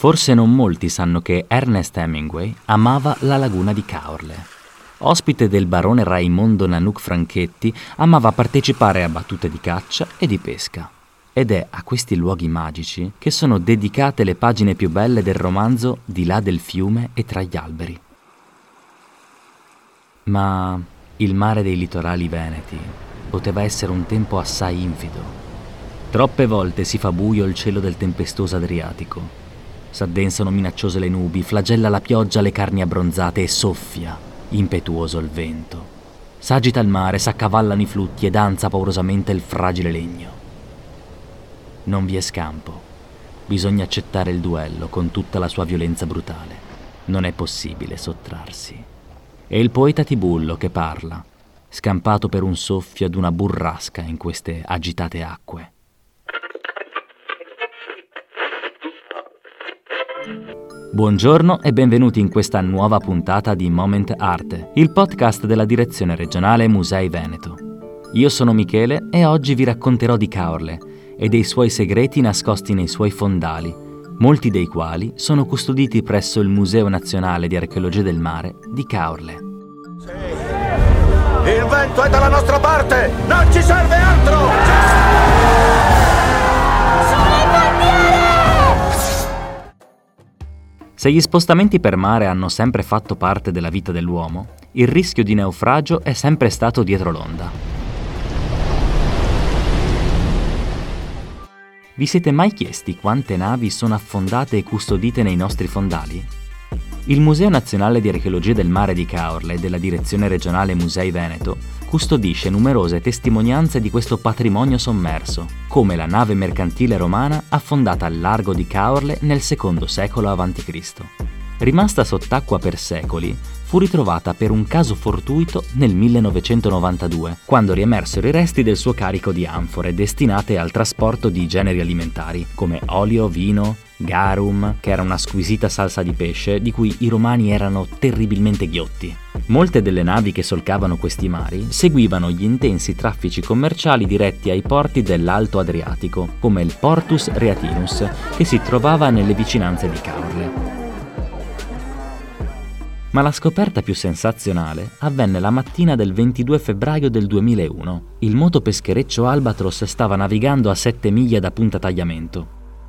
Forse non molti sanno che Ernest Hemingway amava la laguna di Caorle. Ospite del barone Raimondo Nanook Franchetti, amava partecipare a battute di caccia e di pesca. Ed è a questi luoghi magici che sono dedicate le pagine più belle del romanzo Di là del fiume e tra gli alberi. Ma il mare dei litorali veneti poteva essere un tempo assai infido. Troppe volte si fa buio il cielo del tempestoso Adriatico. S'addensano minacciose le nubi, flagella la pioggia le carni abbronzate e soffia, impetuoso il vento. S'agita il mare, s'accavallano i flutti e danza paurosamente il fragile legno. Non vi è scampo. Bisogna accettare il duello con tutta la sua violenza brutale. Non è possibile sottrarsi. È il poeta Tibullo che parla, scampato per un soffio ad una burrasca in queste agitate acque. Buongiorno e benvenuti in questa nuova puntata di Moment Arte, il podcast della Direzione Regionale Musei Veneto. Io sono Michele e oggi vi racconterò di Caorle e dei suoi segreti nascosti nei suoi fondali, molti dei quali sono custoditi presso il Museo Nazionale di Archeologia del Mare di Caorle. Sì. Il vento è dalla nostra parte! Non ci serve altro! Se gli spostamenti per mare hanno sempre fatto parte della vita dell'uomo, il rischio di naufragio è sempre stato dietro l'onda. Vi siete mai chiesti quante navi sono affondate e custodite nei nostri fondali? Il Museo Nazionale di Archeologia del Mare di Caorle della Direzione Regionale Musei Veneto custodisce numerose testimonianze di questo patrimonio sommerso, come la nave mercantile romana affondata al largo di Caorle nel II secolo a.C. Rimasta sott'acqua per secoli, fu ritrovata per un caso fortuito nel 1992, quando riemersero i resti del suo carico di anfore destinate al trasporto di generi alimentari, come olio, vino, garum, che era una squisita salsa di pesce di cui i romani erano terribilmente ghiotti. Molte delle navi che solcavano questi mari seguivano gli intensi traffici commerciali diretti ai porti dell'Alto Adriatico, come il Portus Reatinus, che si trovava nelle vicinanze di Caorle. Ma la scoperta più sensazionale avvenne la mattina del 22 febbraio del 2001. Il motopeschereccio Albatros stava navigando a 7 miglia da Punta Tagliamento,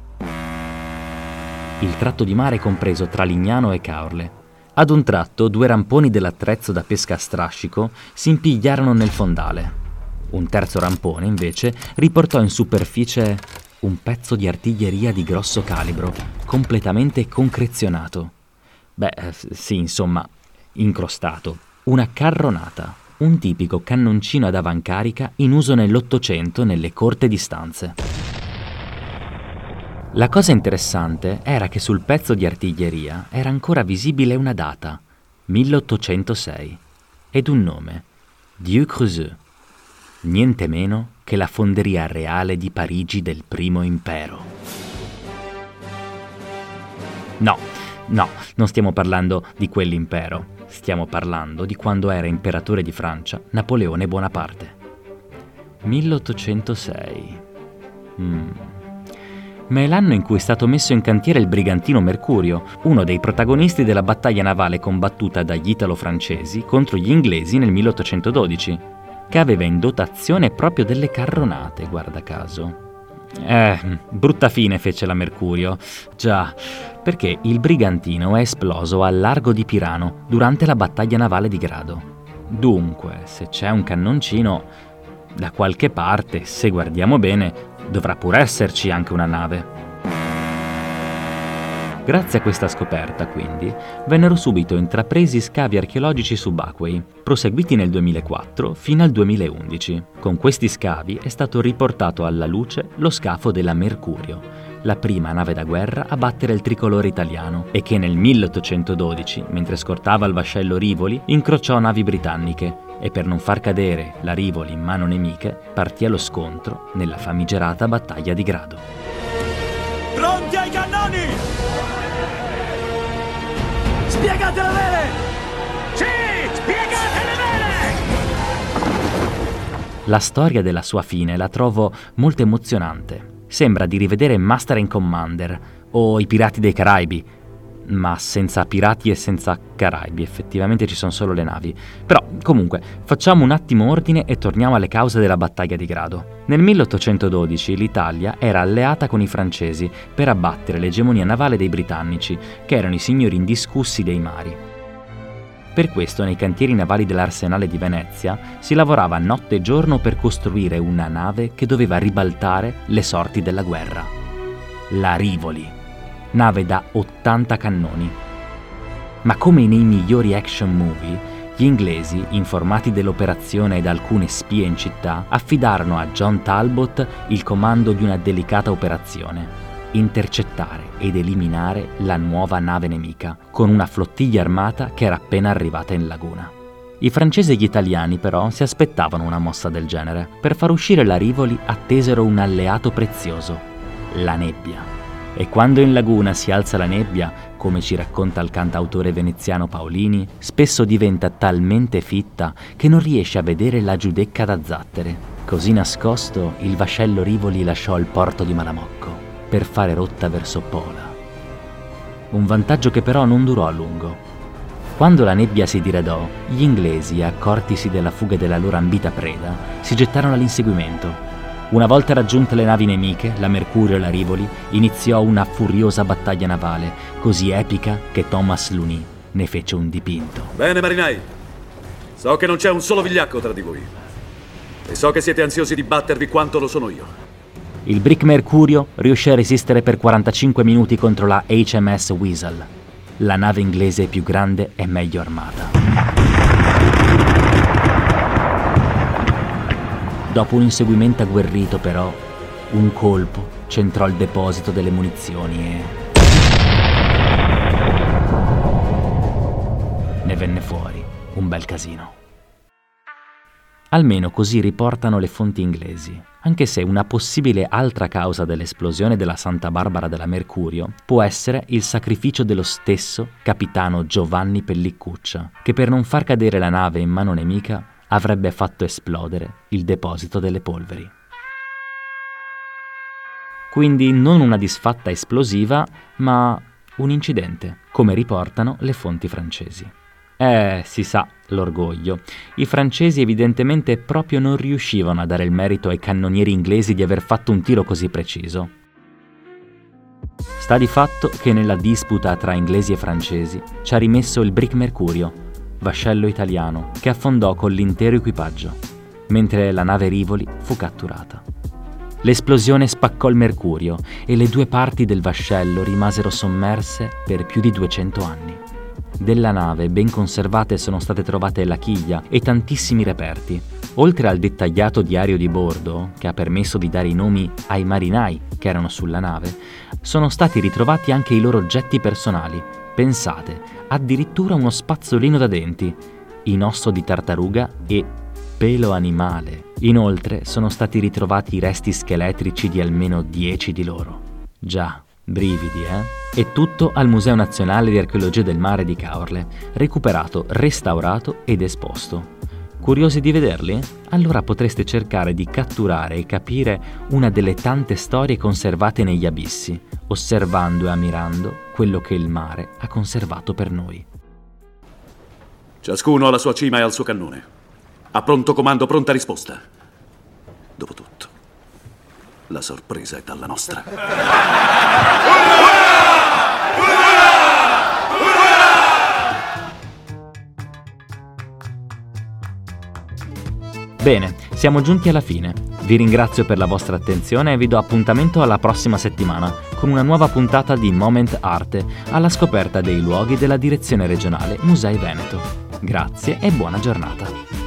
il tratto di mare compreso tra Lignano e Caorle. Ad un tratto 2 ramponi dell'attrezzo da pesca a strascico si impigliarono nel fondale. Un terzo rampone, invece, riportò in superficie un pezzo di artiglieria di grosso calibro, completamente concrezionato. Sì, insomma, incrostato. Una carronata, un tipico cannoncino ad avancarica in uso nell'Ottocento nelle corte distanze. La cosa interessante era che sul pezzo di artiglieria era ancora visibile una data, 1806, ed un nome, Dieu Creusot, niente meno che la fonderia reale di Parigi del Primo Impero. No, non stiamo parlando di quell'impero, stiamo parlando di quando era imperatore di Francia Napoleone Bonaparte. 1806. Ma è l'anno in cui è stato messo in cantiere il brigantino Mercurio, uno dei protagonisti della battaglia navale combattuta dagli italo-francesi contro gli inglesi nel 1812, che aveva in dotazione proprio delle carronate, guarda caso. Brutta fine fece la Mercurio, già, perché il brigantino è esploso al largo di Pirano durante la battaglia navale di Grado. Dunque, se c'è un cannoncino, da qualche parte, se guardiamo bene, dovrà pur esserci anche una nave. Grazie a questa scoperta, quindi, vennero subito intrapresi scavi archeologici subacquei, proseguiti nel 2004 fino al 2011. Con questi scavi è stato riportato alla luce lo scafo della Mercurio, la prima nave da guerra a battere il tricolore italiano e che nel 1812, mentre scortava il vascello Rivoli, incrociò navi britanniche e per non far cadere la Rivoli in mano nemiche partì allo scontro nella famigerata battaglia di Grado. Pronti ai cannoni! Spiegate le vele! Sì! Spiegate le vele! La storia della sua fine la trovo molto emozionante. Sembra di rivedere Master and Commander, o i Pirati dei Caraibi, ma senza pirati e senza Caraibi, effettivamente ci sono solo le navi. Però, comunque, facciamo un attimo ordine e torniamo alle cause della battaglia di Grado. Nel 1812 l'Italia era alleata con i francesi per abbattere l'egemonia navale dei britannici, che erano i signori indiscussi dei mari. Per questo nei cantieri navali dell'Arsenale di Venezia si lavorava notte e giorno per costruire una nave che doveva ribaltare le sorti della guerra. La Rivoli, nave da 80 cannoni. Ma come nei migliori action movie, gli inglesi, informati dell'operazione da alcune spie in città, affidarono a John Talbot il comando di una delicata operazione: intercettare ed eliminare la nuova nave nemica, con una flottiglia armata che era appena arrivata in laguna. I francesi e gli italiani però si aspettavano una mossa del genere. Per far uscire la Rivoli attesero un alleato prezioso: la nebbia. E quando in laguna si alza la nebbia, come ci racconta il cantautore veneziano Paolini, spesso diventa talmente fitta che non riesce a vedere la Giudecca da zattere. Così nascosto, il vascello Rivoli lasciò il porto di Malamocco per fare rotta verso Pola. Un vantaggio che però non durò a lungo. Quando la nebbia si diradò, gli inglesi, accortisi della fuga della loro ambita preda, si gettarono all'inseguimento. Una volta raggiunte le navi nemiche, la Mercurio e la Rivoli, iniziò una furiosa battaglia navale, così epica che Thomas Looney ne fece un dipinto. Bene, marinai. So che non c'è un solo vigliacco tra di voi. E so che siete ansiosi di battervi quanto lo sono io. Il Brick Mercurio riuscì a resistere per 45 minuti contro la HMS Weasel, la nave inglese più grande e meglio armata. Dopo un inseguimento agguerrito, però, un colpo centrò il deposito delle munizioni e ne venne fuori un bel casino. Almeno così riportano le fonti inglesi, anche se una possibile altra causa dell'esplosione della Santa Barbara della Mercurio può essere il sacrificio dello stesso capitano Giovanni Pelliccuccia, che per non far cadere la nave in mano nemica avrebbe fatto esplodere il deposito delle polveri. Quindi non una disfatta esplosiva, ma un incidente, come riportano le fonti francesi. Si sa, l'orgoglio. I francesi evidentemente proprio non riuscivano a dare il merito ai cannonieri inglesi di aver fatto un tiro così preciso. Sta di fatto che nella disputa tra inglesi e francesi ci ha rimesso il Brick Mercurio, vascello italiano, che affondò con l'intero equipaggio, mentre la nave Rivoli fu catturata. L'esplosione spaccò il Mercurio e le due parti del vascello rimasero sommerse per più di 200 anni. Della nave ben conservate sono state trovate la chiglia e tantissimi reperti. Oltre al dettagliato diario di bordo, che ha permesso di dare i nomi ai marinai che erano sulla nave, sono stati ritrovati anche i loro oggetti personali. Pensate, addirittura uno spazzolino da denti, in osso di tartaruga e pelo animale. Inoltre sono stati ritrovati i resti scheletrici di almeno 10 di loro. Già, brividi, È tutto al Museo Nazionale di Archeologia del Mare di Caorle, recuperato, restaurato ed esposto. Curiosi di vederli? Allora potreste cercare di catturare e capire una delle tante storie conservate negli abissi, osservando e ammirando quello che il mare ha conservato per noi. Ciascuno alla sua cima e al suo cannone. A pronto comando, pronta risposta. Dopotutto, la sorpresa è dalla nostra. Bene, siamo giunti alla fine. Vi ringrazio per la vostra attenzione e vi do appuntamento alla prossima settimana con una nuova puntata di Moment Arte alla scoperta dei luoghi della Direzione Regionale Musei Veneto. Grazie e buona giornata.